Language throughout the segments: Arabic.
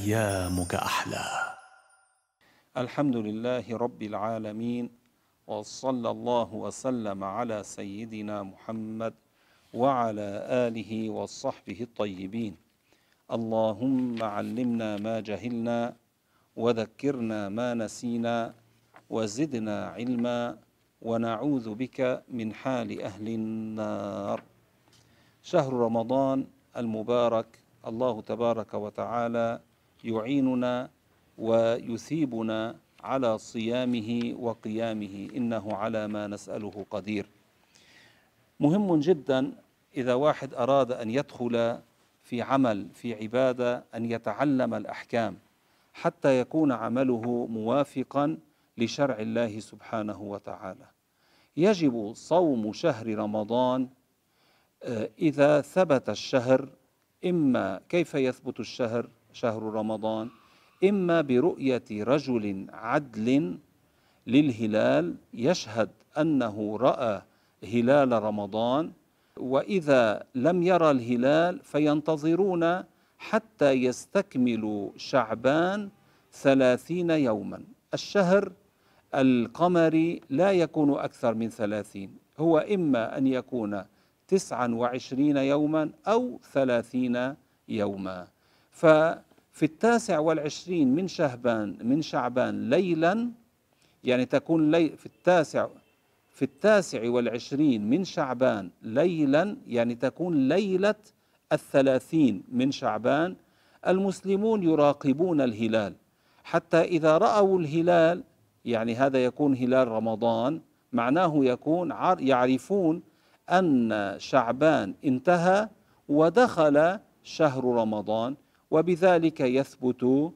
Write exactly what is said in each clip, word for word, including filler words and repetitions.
أيامك أحلى. الحمد لله رب العالمين، وصلى الله وسلم على سيدنا محمد وعلى آله وصحبه الطيبين. اللهم علمنا ما جهلنا وذكرنا ما نسينا وزدنا علما ونعوذ بك من حال أهل النار. شهر رمضان المبارك، الله تبارك وتعالى يعيننا ويثيبنا على صيامه وقيامه، إنه على ما نسأله قدير. مهم جدا إذا واحد أراد أن يدخل في عمل في عبادة أن يتعلم الأحكام حتى يكون عمله موافقا لشرع الله سبحانه وتعالى. يجب صوم شهر رمضان إذا ثبت الشهر. إما كيف يثبت الشهر شهر رمضان؟ إما برؤية رجل عدل للهلال يشهد أنه رأى هلال رمضان، وإذا لم يرى الهلال فينتظرون حتى يستكملوا شعبان ثلاثين يوما. الشهر القمري لا يكون أكثر من ثلاثين، هو إما أن يكون تسعا وعشرين يوما أو ثلاثين يوما. ففي التاسع والعشرين من شهبان من شعبان ليلا، يعني تكون لي في التاسع في التاسع والعشرين من شعبان ليلا، يعني تكون ليلة الثلاثين من شعبان. المسلمون يراقبون الهلال حتى إذا رأوا الهلال، يعني هذا يكون هلال رمضان، معناه يكون يعرفون أن شعبان انتهى ودخل شهر رمضان، وبذلك يثبت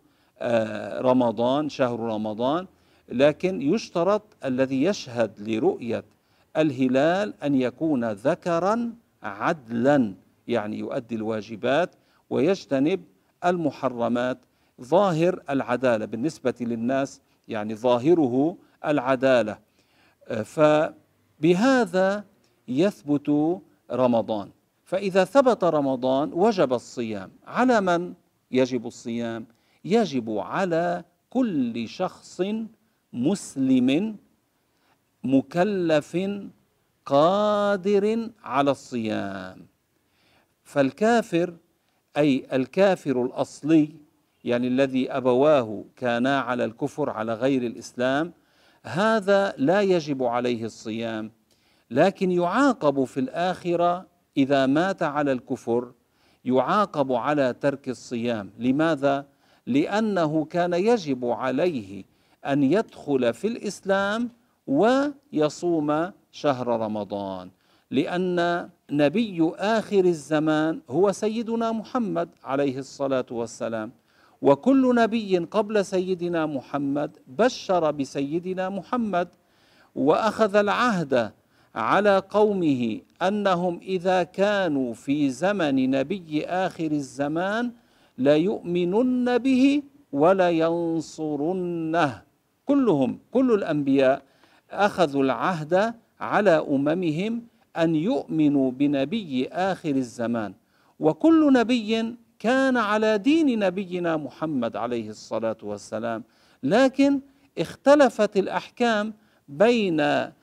رمضان شهر رمضان. لكن يشترط الذي يشهد لرؤية الهلال أن يكون ذكرا عدلا، يعني يؤدي الواجبات ويجتنب المحرمات. ظاهر العدالة بالنسبة للناس، يعني ظاهره العدالة. فبهذا يثبت رمضان. فإذا ثبت رمضان وجب الصيام. على من يجب الصيام؟ يجب على كل شخص مسلم مكلف قادر على الصيام. فالكافر، أي الكافر الأصلي، يعني الذي أبواه كانا على الكفر على غير الإسلام، هذا لا يجب عليه الصيام، لكن يعاقب في الآخرة إذا مات على الكفر، يعاقب على ترك الصيام. لماذا؟ لأنه كان يجب عليه أن يدخل في الإسلام ويصوم شهر رمضان، لأن نبي آخر الزمان هو سيدنا محمد عليه الصلاة والسلام، وكل نبي قبل سيدنا محمد بشر بسيدنا محمد وأخذ العهد على قومه أنهم إذا كانوا في زمن نبي آخر الزمان ليؤمنن به ولا ينصرنه. كلهم كل الأنبياء أخذوا العهد على أممهم أن يؤمنوا بنبي آخر الزمان، وكل نبي كان على دين نبينا محمد عليه الصلاة والسلام. لكن اختلفت الأحكام بين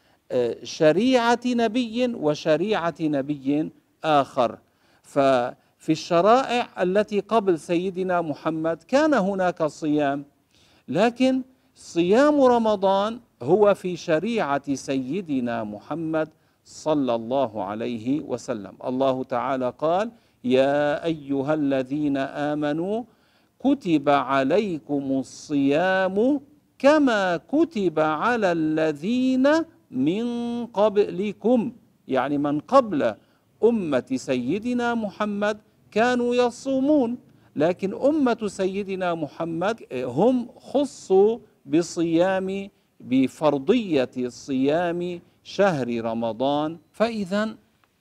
شريعة نبي وشريعة نبي آخر. ففي الشرائع التي قبل سيدنا محمد كان هناك صيام، لكن صيام رمضان هو في شريعة سيدنا محمد صلى الله عليه وسلم. الله تعالى قال: يا أيها الذين آمنوا كتب عليكم الصيام كما كتب على الذين من قبلكم، يعني من قبل أمة سيدنا محمد كانوا يصومون، لكن أمة سيدنا محمد هم خصوا بصيام بفرضية صيام شهر رمضان. فإذا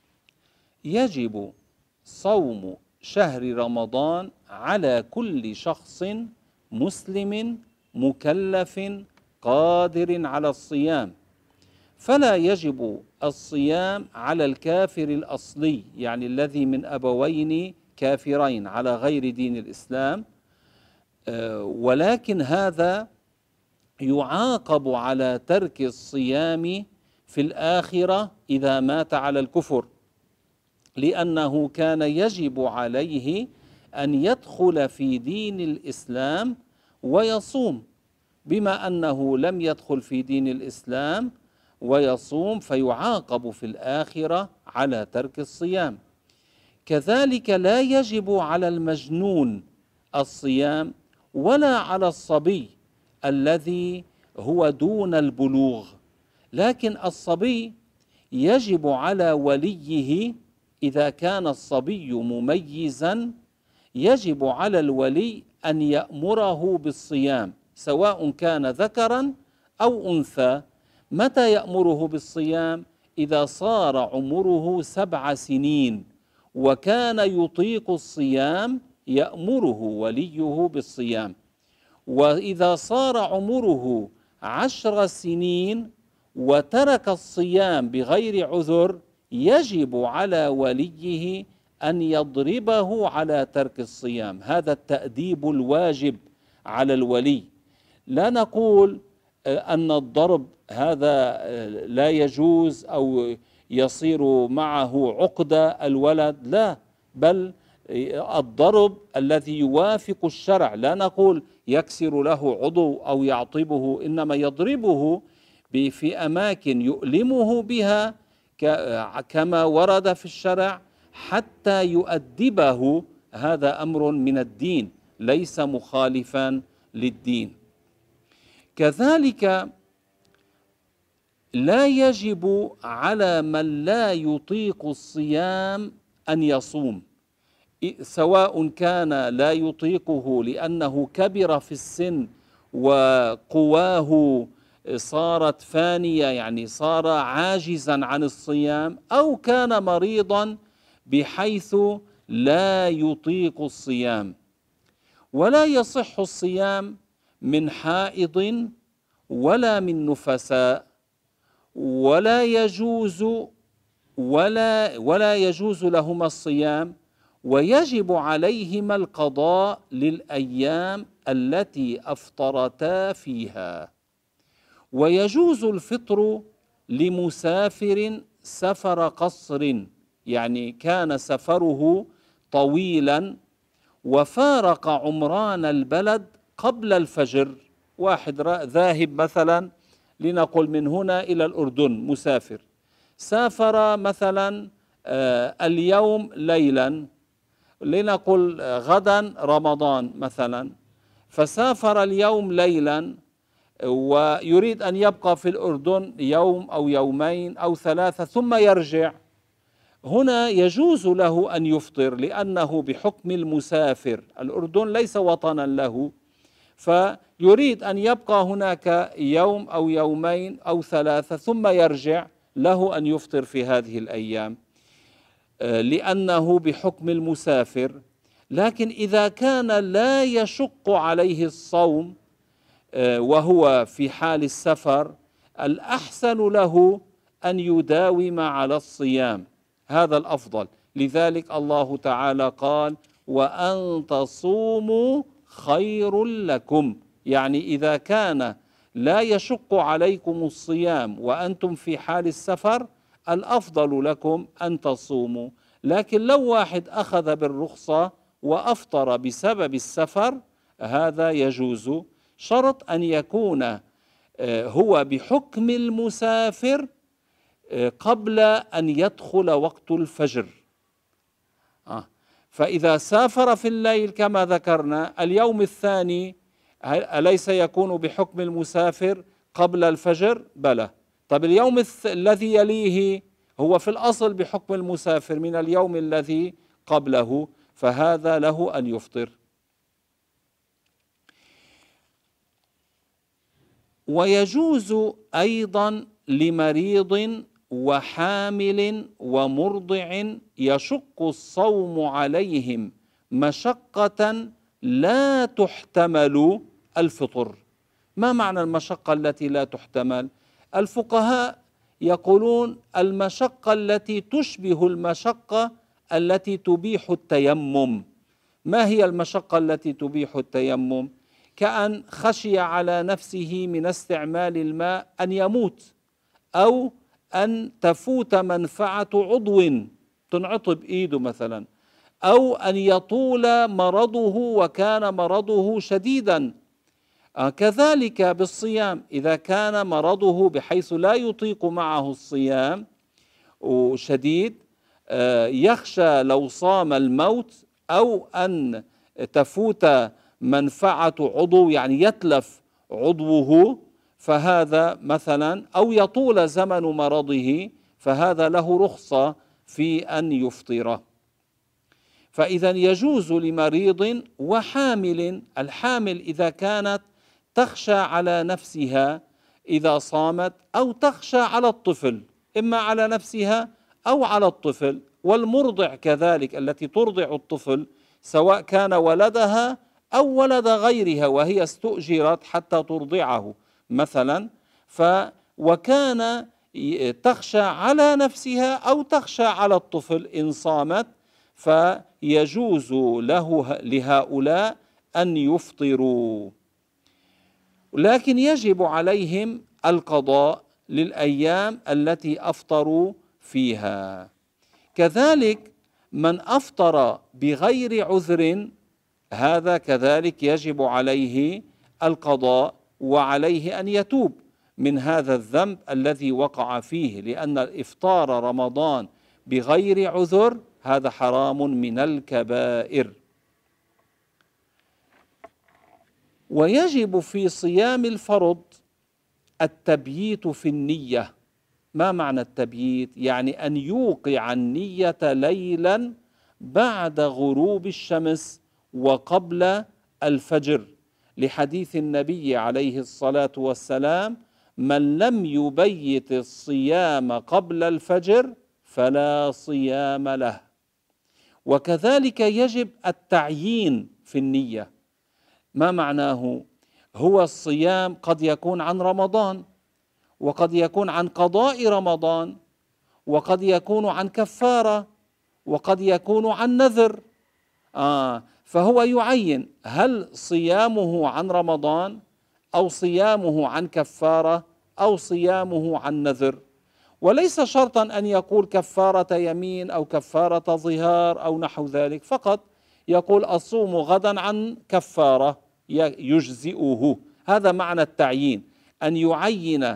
يجب صوم شهر رمضان على كل شخص مسلم مكلف قادر على الصيام، فلا يجب الصيام على الكافر الأصلي، يعني الذي من أبوين كافرين على غير دين الإسلام، ولكن هذا يعاقب على ترك الصيام في الآخرة إذا مات على الكفر، لأنه كان يجب عليه أن يدخل في دين الإسلام ويصوم، بما أنه لم يدخل في دين الإسلام ويصوم فيعاقب في الآخرة على ترك الصيام. كذلك لا يجب على المجنون الصيام ولا على الصبي الذي هو دون البلوغ، لكن الصبي يجب على وليه إذا كان الصبي مميزا، يجب على الولي أن يأمره بالصيام سواء كان ذكرا أو أنثى. متى يأمره بالصيام؟ إذا صار عمره سبع سنين وكان يطيق الصيام يأمره وليه بالصيام، وإذا صار عمره عشر سنين وترك الصيام بغير عذر يجب على وليه أن يضربه على ترك الصيام. هذا التأديب الواجب على الولي. لا نقول أن الضرب هذا لا يجوز أو يصير معه عقدة الولد، لا، بل الضرب الذي يوافق الشرع. لا نقول يكسر له عضو أو يعطبه، إنما يضربه في أماكن يؤلمه بها كما ورد في الشرع حتى يؤدبه. هذا أمر من الدين ليس مخالفا للدين. كذلك لا يجب على من لا يطيق الصيام أن يصوم، سواء كان لا يطيقه لأنه كبر في السن وقواه صارت فانية، يعني صار عاجزا عن الصيام، أو كان مريضا بحيث لا يطيق الصيام. ولا يصح الصيام من حائض ولا من نفساء، ولا يجوز ولا ولا يجوز لهما الصيام، ويجب عليهما القضاء للأيام التي أفطرتا فيها. ويجوز الفطر لمسافر سفر قصر، يعني كان سفره طويلا وفارق عمران البلد قبل الفجر. واحد ذاهب مثلا لنقل من هنا إلى الأردن مسافر، سافر مثلا اليوم ليلا، لنقل غدا رمضان مثلا، فسافر اليوم ليلا ويريد أن يبقى في الأردن يوم أو يومين أو ثلاثة ثم يرجع. هنا يجوز له أن يفطر لأنه بحكم المسافر، الأردن ليس وطنا له، فيريد أن يبقى هناك يوم أو يومين أو ثلاثة ثم يرجع، له أن يفطر في هذه الأيام لأنه بحكم المسافر. لكن إذا كان لا يشق عليه الصوم وهو في حال السفر، الأحسن له أن يداوم على الصيام، هذا الأفضل. لذلك الله تعالى قال: وأن تصوموا خير لكم، يعني إذا كان لا يشق عليكم الصيام وأنتم في حال السفر الأفضل لكم أن تصوموا. لكن لو واحد أخذ بالرخصة وأفطر بسبب السفر هذا يجوز، شرط أن يكون هو بحكم المسافر قبل أن يدخل وقت الفجر. فإذا سافر في الليل كما ذكرنا اليوم الثاني، أليس يكون بحكم المسافر قبل الفجر؟ بلى. طب اليوم الذي يليه هو في الأصل بحكم المسافر من اليوم الذي قبله، فهذا له أن يفطر. ويجوز أيضا لمريض وحامل ومرضع يشق الصوم عليهم مشقة لا تحتمل الفطر. ما معنى المشقة التي لا تحتمل؟ الفقهاء يقولون المشقة التي تشبه المشقة التي تبيح التيمم. ما هي المشقة التي تبيح التيمم؟ كأن خشي على نفسه من استعمال الماء أن يموت، أو أن تفوت منفعة عضو تنعطب إيده مثلا، أو أن يطول مرضه وكان مرضه شديدا. آه كذلك بالصيام، إذا كان مرضه بحيث لا يطيق معه الصيام وشديد، آه يخشى لو صام الموت، أو أن تفوت منفعة عضو يعني يتلف عضوه، فهذا مثلا، أو يطول زمن مرضه، فهذا له رخصة في أن يفطر. فإذا يجوز لمريض وحامل. الحامل إذا كانت تخشى على نفسها إذا صامت، أو تخشى على الطفل، إما على نفسها أو على الطفل، والمرضع كذلك التي ترضع الطفل، سواء كان ولدها أو ولد غيرها وهي استؤجرت حتى ترضعه مثلا، ف وكان تخشى على نفسها أو تخشى على الطفل إن صامت، فيجوز له لهؤلاء أن يفطروا، لكن يجب عليهم القضاء للأيام التي أفطروا فيها. كذلك من أفطر بغير عذر، هذا كذلك يجب عليه القضاء، وعليه أن يتوب من هذا الذنب الذي وقع فيه، لأن الإفطار رمضان بغير عذر هذا حرام من الكبائر. ويجب في صيام الفرض التبييت في النية. ما معنى التبييت؟ يعني أن يوقع النية ليلا بعد غروب الشمس وقبل الفجر، لحديث النبي عليه الصلاة والسلام: من لم يبيت الصيام قبل الفجر فلا صيام له. وكذلك يجب التعيين في النية. ما معناه؟ هو الصيام قد يكون عن رمضان، وقد يكون عن قضاء رمضان، وقد يكون عن كفارة، وقد يكون عن نذر. آه فهو يعين هل صيامه عن رمضان، أو صيامه عن كفارة، أو صيامه عن نذر. وليس شرطا أن يقول كفارة يمين أو كفارة ظهار أو نحو ذلك، فقط يقول أصوم غدا عن كفارة يجزئه. هذا معنى التعيين، أن يعين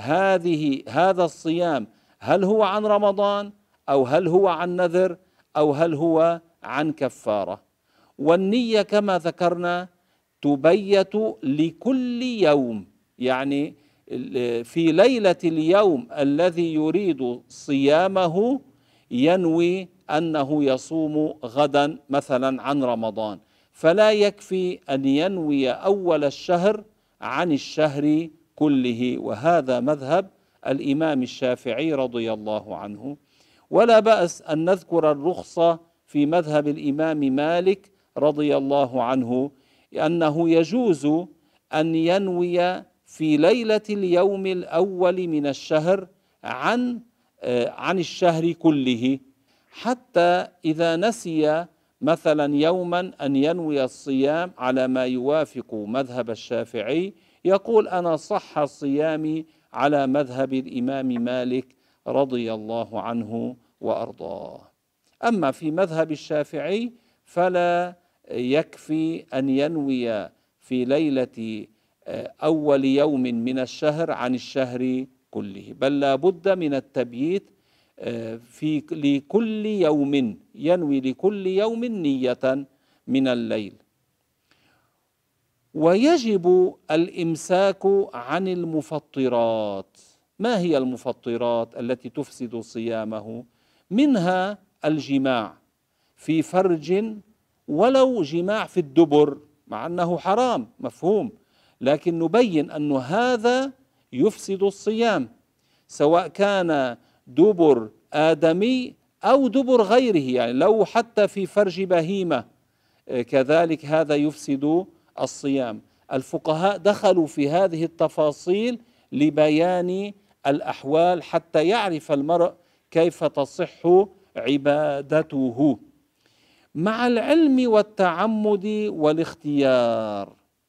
هذه هذا الصيام هل هو عن رمضان، أو هل هو عن نذر، أو هل هو عن كفارة. والنية كما ذكرنا تبيت لكل يوم، يعني في ليلة اليوم الذي يريد صيامه ينوي أنه يصوم غدا مثلا عن رمضان، فلا يكفي أن ينوي أول الشهر عن الشهر كله. وهذا مذهب الإمام الشافعي رضي الله عنه. ولا بأس أن نذكر الرخصة في مذهب الإمام مالك رضي الله عنه، أنه يجوز أن ينوي في ليلة اليوم الأول من الشهر عن عن الشهر كله، حتى إذا نسي مثلا يوما أن ينوي الصيام على ما يوافق مذهب الشافعي، يقول أنا صح صيامي على مذهب الإمام مالك رضي الله عنه وأرضاه. أما في مذهب الشافعي فلا يكفي أن ينوي في ليلة أول يوم من الشهر عن الشهر كله، بل لا بد من التبييت في لكل يوم، ينوي لكل يوم نية من الليل. ويجب الإمساك عن المفطرات. ما هي المفطرات التي تفسد صيامه؟ منها الجماع في فرج، ولو جماع في الدبر، مع أنه حرام مفهوم، لكن نبين أن هذا يفسد الصيام، سواء كان دبر آدمي أو دبر غيره، يعني لو حتى في فرج بهيمة كذلك هذا يفسد الصيام. الفقهاء دخلوا في هذه التفاصيل لبيان الأحوال حتى يعرف المرء كيف تصح عبادته، مع العلم والتعمد والاختيار.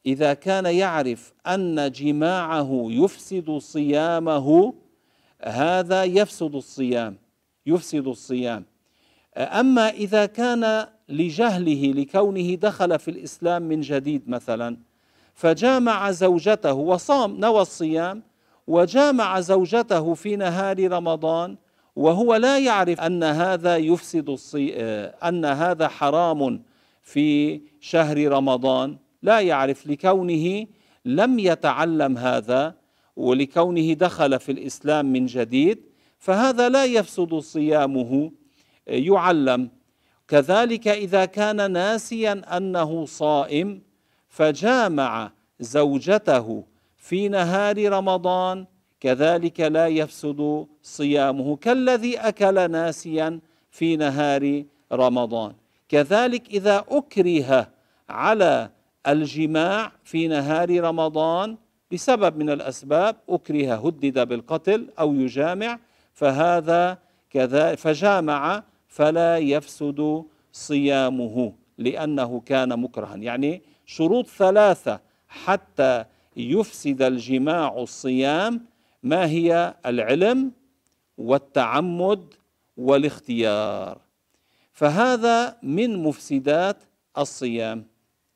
إذا كان يعرف أن جماعه يفسد صيامه، هذا يفسد الصيام يفسد الصيام. أما إذا كان لجهله لكونه دخل في الإسلام من جديد مثلا، فجامع زوجته وصام نوى الصيام، وجامع زوجته في نهار رمضان وهو لا يعرف أن هذا يفسد الصي... أن هذا حرام في شهر رمضان، لا يعرف لكونه لم يتعلم هذا ولكونه دخل في الإسلام من جديد، فهذا لا يفسد صيامه، يعلم. كذلك إذا كان ناسيا أنه صائم فجامع زوجته في نهار رمضان، كذلك لا يفسد صيامه، كالذي أكل ناسيا في نهار رمضان. كذلك إذا أكره على الجماع في نهار رمضان بسبب من الأسباب، أكره هدد بالقتل أو يجامع، فهذا كذا فجامع فلا يفسد صيامه لأنه كان مكرها. يعني شروط ثلاثة حتى يفسد الجماع الصيام، ما هي؟ العلم والتعمد والاختيار، فهذا من مفسدات الصيام.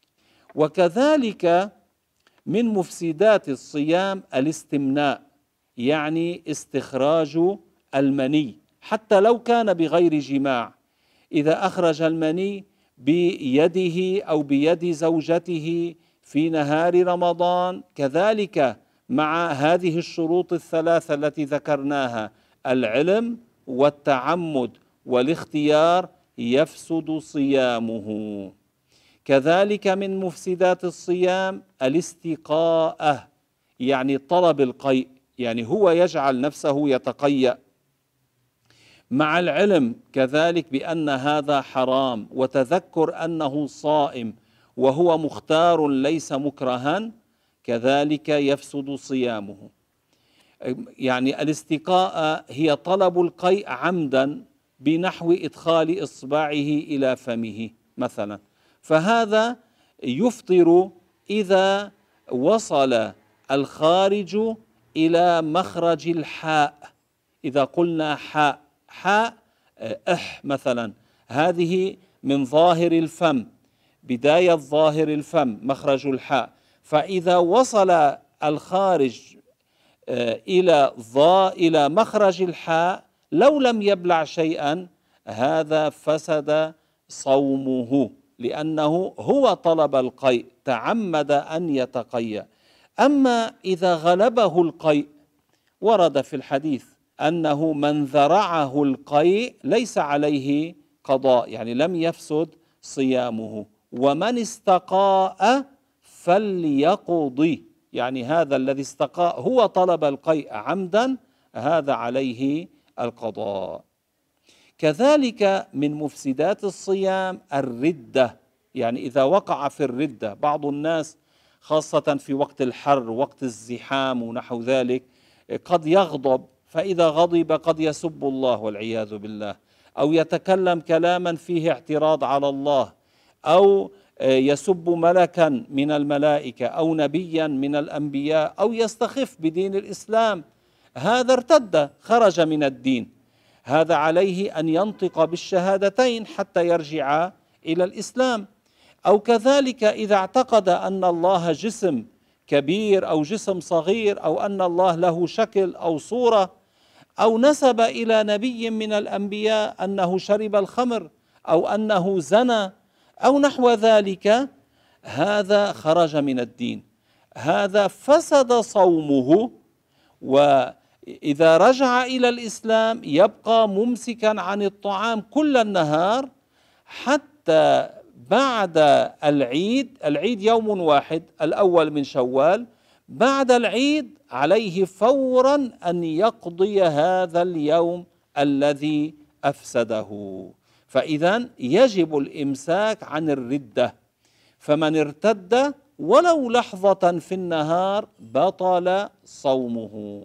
وكذلك من مفسدات الصيام الاستمناء، يعني استخراج المني حتى لو كان بغير جماع. إذا أخرج المني بيده أو بيد زوجته في نهار رمضان، كذلك مع هذه الشروط الثلاثة التي ذكرناها، العلم والتعمد والاختيار، يفسد صيامه. كذلك من مفسدات الصيام الاستقاءة، يعني طلب القيء، يعني هو يجعل نفسه يتقيأ مع العلم كذلك بأن هذا حرام، وتذكر أنه صائم وهو مختار ليس مكرها، كذلك يفسد صيامه. يعني الاستقاء هي طلب القيء عمدا بنحو إدخال إصبعه إلى فمه مثلا، فهذا يفطر إذا وصل الخارج إلى مخرج الحاء. إذا قلنا حاء حاء إح مثلا، هذه من ظاهر الفم، بداية ظاهر الفم مخرج الحاء، فإذا وصل الخارج إلى ظا إلى مخرج الحاء لو لم يبلع شيئا، هذا فسد صومه لأنه هو طلب القيء، تعمد أن يتقيأ. أما إذا غلبه القيء، ورد في الحديث أنه من ذرعه القيء ليس عليه قضاء، يعني لم يفسد صيامه. ومن استقاء فليقضي، يعني هذا الذي استقاء هو طلب القيء عمدا، هذا عليه القضاء. كذلك من مفسدات الصيام الردة، يعني إذا وقع في الردة بعض الناس خاصة في وقت الحر وقت الزحام ونحو ذلك قد يغضب، فإذا غضب قد يسب الله والعياذ بالله، أو يتكلم كلاما فيه اعتراض على الله، أو يسب ملكا من الملائكة أو نبيا من الأنبياء، أو يستخف بدين الإسلام، هذا ارتد خرج من الدين، هذا عليه أن ينطق بالشهادتين حتى يرجع إلى الإسلام. أو كذلك إذا اعتقد أن الله جسم كبير أو جسم صغير، أو أن الله له شكل أو صورة، أو نسب إلى نبي من الأنبياء أنه شرب الخمر أو أنه زنى أو نحو ذلك، هذا خرج من الدين، هذا فسد صومه. وإذا رجع إلى الإسلام يبقى ممسكا عن الطعام كل النهار حتى بعد العيد. العيد يوم واحد، الأول من شوال، بعد العيد عليه فورا أن يقضي هذا اليوم الذي أفسده. فإذا يجب الإمساك عن الردة، فمن ارتد ولو لحظة في النهار بطل صومه.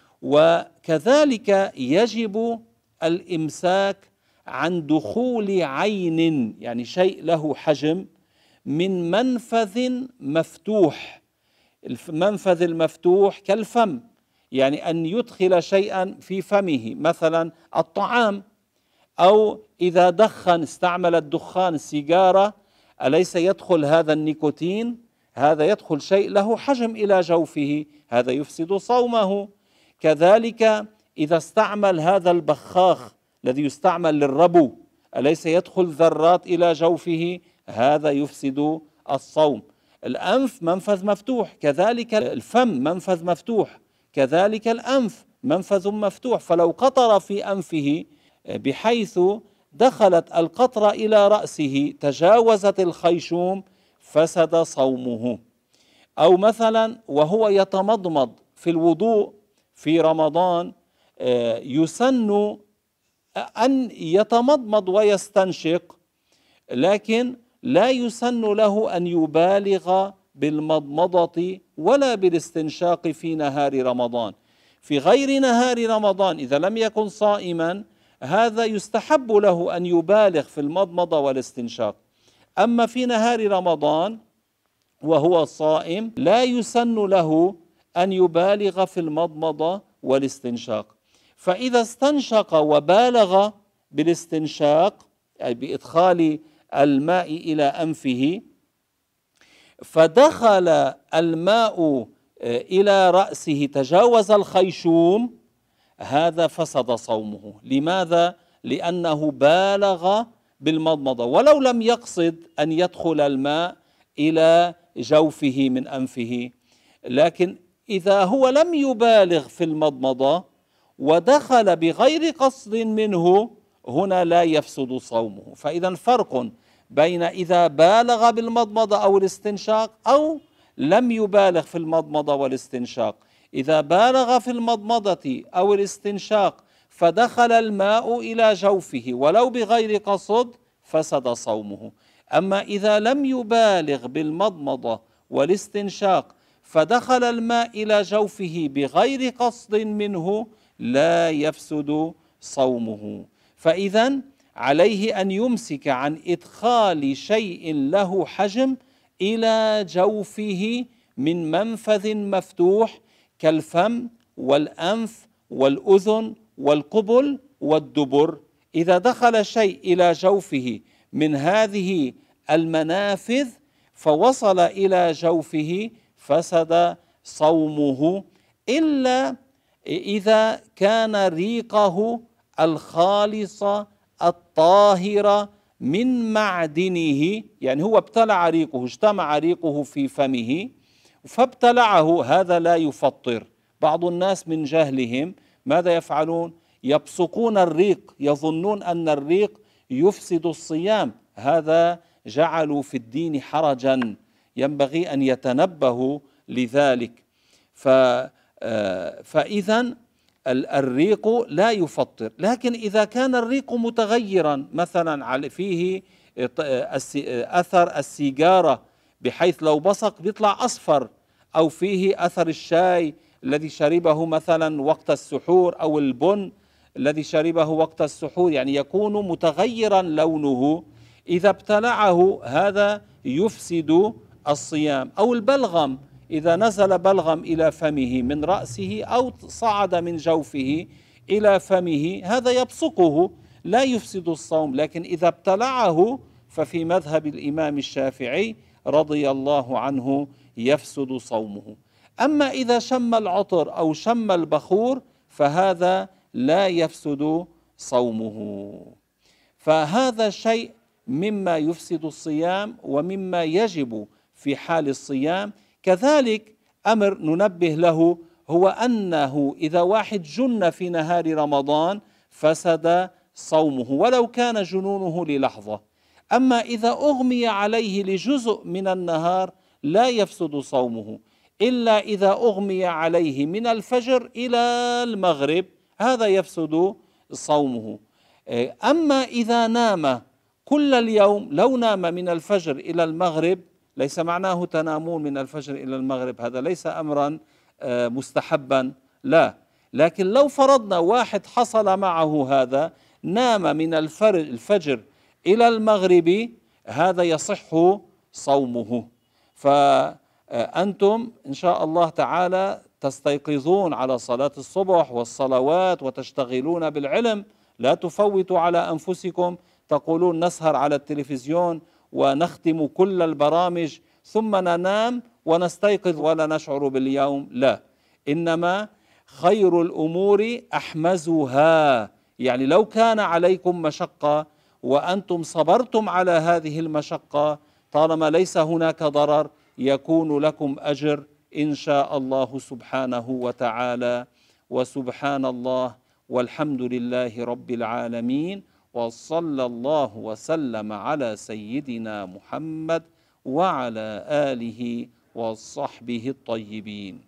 وكذلك يجب الإمساك عن دخول عين، يعني شيء له حجم من منفذ مفتوح. المنفذ المفتوح كالفم، يعني أن يدخل شيئا في فمه، مثلا الطعام، أو إذا دخن استعمل الدخان السيجارة، أليس يدخل هذا النيكوتين؟ هذا يدخل شيء له حجم إلى جوفه، هذا يفسد صومه. كذلك إذا استعمل هذا البخاخ الذي يستعمل للربو، أليس يدخل ذرات إلى جوفه؟ هذا يفسد الصوم. الأنف منفذ مفتوح، كذلك الفم منفذ مفتوح، كذلك الأنف منفذ مفتوح، فلو قطر في أنفه بحيث دخلت القطرة إلى رأسه تجاوزت الخيشوم فسد صومه. أو مثلا وهو يتمضمض في الوضوء في رمضان، يسن أن يتمضمض ويستنشق، لكن لا يسن له أن يبالغ بالمضمضة ولا بالاستنشاق في نهار رمضان. في غير نهار رمضان إذا لم يكن صائما هذا يستحب له أن يبالغ في المضمضة والاستنشاق. أما في نهار رمضان وهو صائم لا يسن له أن يبالغ في المضمضة والاستنشاق. فإذا استنشق وبالغ بالاستنشاق أي بإدخال الماء إلى أنفه فدخل الماء إلى رأسه تجاوز الخيشوم، هذا فسد صومه. لماذا؟ لأنه بالغ بالمضمضة ولو لم يقصد أن يدخل الماء إلى جوفه من أنفه. لكن إذا هو لم يبالغ في المضمضة ودخل بغير قصد منه هنا لا يفسد صومه. فإذا فرق بين إذا بالغ بالمضمضة أو الاستنشاق أو لم يبالغ في المضمضة والاستنشاق. إذا بالغ في المضمضة أو الاستنشاق فدخل الماء إلى جوفه ولو بغير قصد فسد صومه. أما إذا لم يبالغ بالمضمضة والاستنشاق فدخل الماء إلى جوفه بغير قصد منه لا يفسد صومه. فإذا عليه أن يمسك عن إدخال شيء له حجم إلى جوفه من منفذ مفتوح كالفم والأنف والأذن والقبل والدبر. إذا دخل شيء إلى جوفه من هذه المنافذ فوصل إلى جوفه فسد صومه، إلا إذا ريق ريقه الخالص الطاهر من معدنه، يعني هو ابتلع ريقه، اجتمع ريقه في فمه فابتلعه، هذا لا يفطر. بعض الناس من جهلهم ماذا يفعلون؟ يبصقون الريق، يظنون أن الريق يفسد الصيام، هذا جعلوا في الدين حرجا، ينبغي أن يتنبهوا لذلك. فإذا الريق لا يفطر. لكن إذا كان الريق متغيرا مثلا فيه أثر السيجارة بحيث لو بصق بيطلع أصفر، أو فيه أثر الشاي الذي شربه مثلا وقت السحور أو البن الذي شربه وقت السحور، يعني يكون متغيرا لونه، إذا ابتلعه هذا يفسد الصيام. أو البلغم، إذا نزل بلغم إلى فمه من رأسه أو صعد من جوفه إلى فمه هذا يبصقه لا يفسد الصوم. لكن إذا ابتلعه ففي مذهب الإمام الشافعي رضي الله عنه يفسد صومه. أما إذا شم العطر أو شم البخور فهذا لا يفسد صومه. فهذا شيء مما يفسد الصيام ومما يجب في حال الصيام. كذلك أمر ننبه له هو أنه إذا واحد جن في نهار رمضان فسد صومه ولو كان جنونه للحظة. أما إذا أغمي عليه لجزء من النهار لا يفسد صومه، إلا إذا أغمي عليه من الفجر إلى المغرب هذا يفسد صومه. أما إذا نام كل اليوم، لو نام من الفجر إلى المغرب، ليس معناه تنامون من الفجر إلى المغرب، هذا ليس أمرا مستحبا، لا. لكن لو فرضنا واحد حصل معه هذا، نام من الفجر إلى المغرب، هذا يصح صومه. فأنتم إن شاء الله تعالى تستيقظون على صلاة الصبح والصلوات وتشتغلون بالعلم، لا تفوتوا على أنفسكم، تقولون نسهر على التلفزيون ونختم كل البرامج ثم ننام ونستيقظ ولا نشعر باليوم، لا، إنما خير الأمور أحمزها. يعني لو كان عليكم مشقة وأنتم صبرتم على هذه المشقة، طالما ليس هناك ضرر يكون لكم أجر إن شاء الله سبحانه وتعالى. وسبحان الله والحمد لله رب العالمين، وصلى الله وسلم على سيدنا محمد وعلى آله وصحبه الطيبين.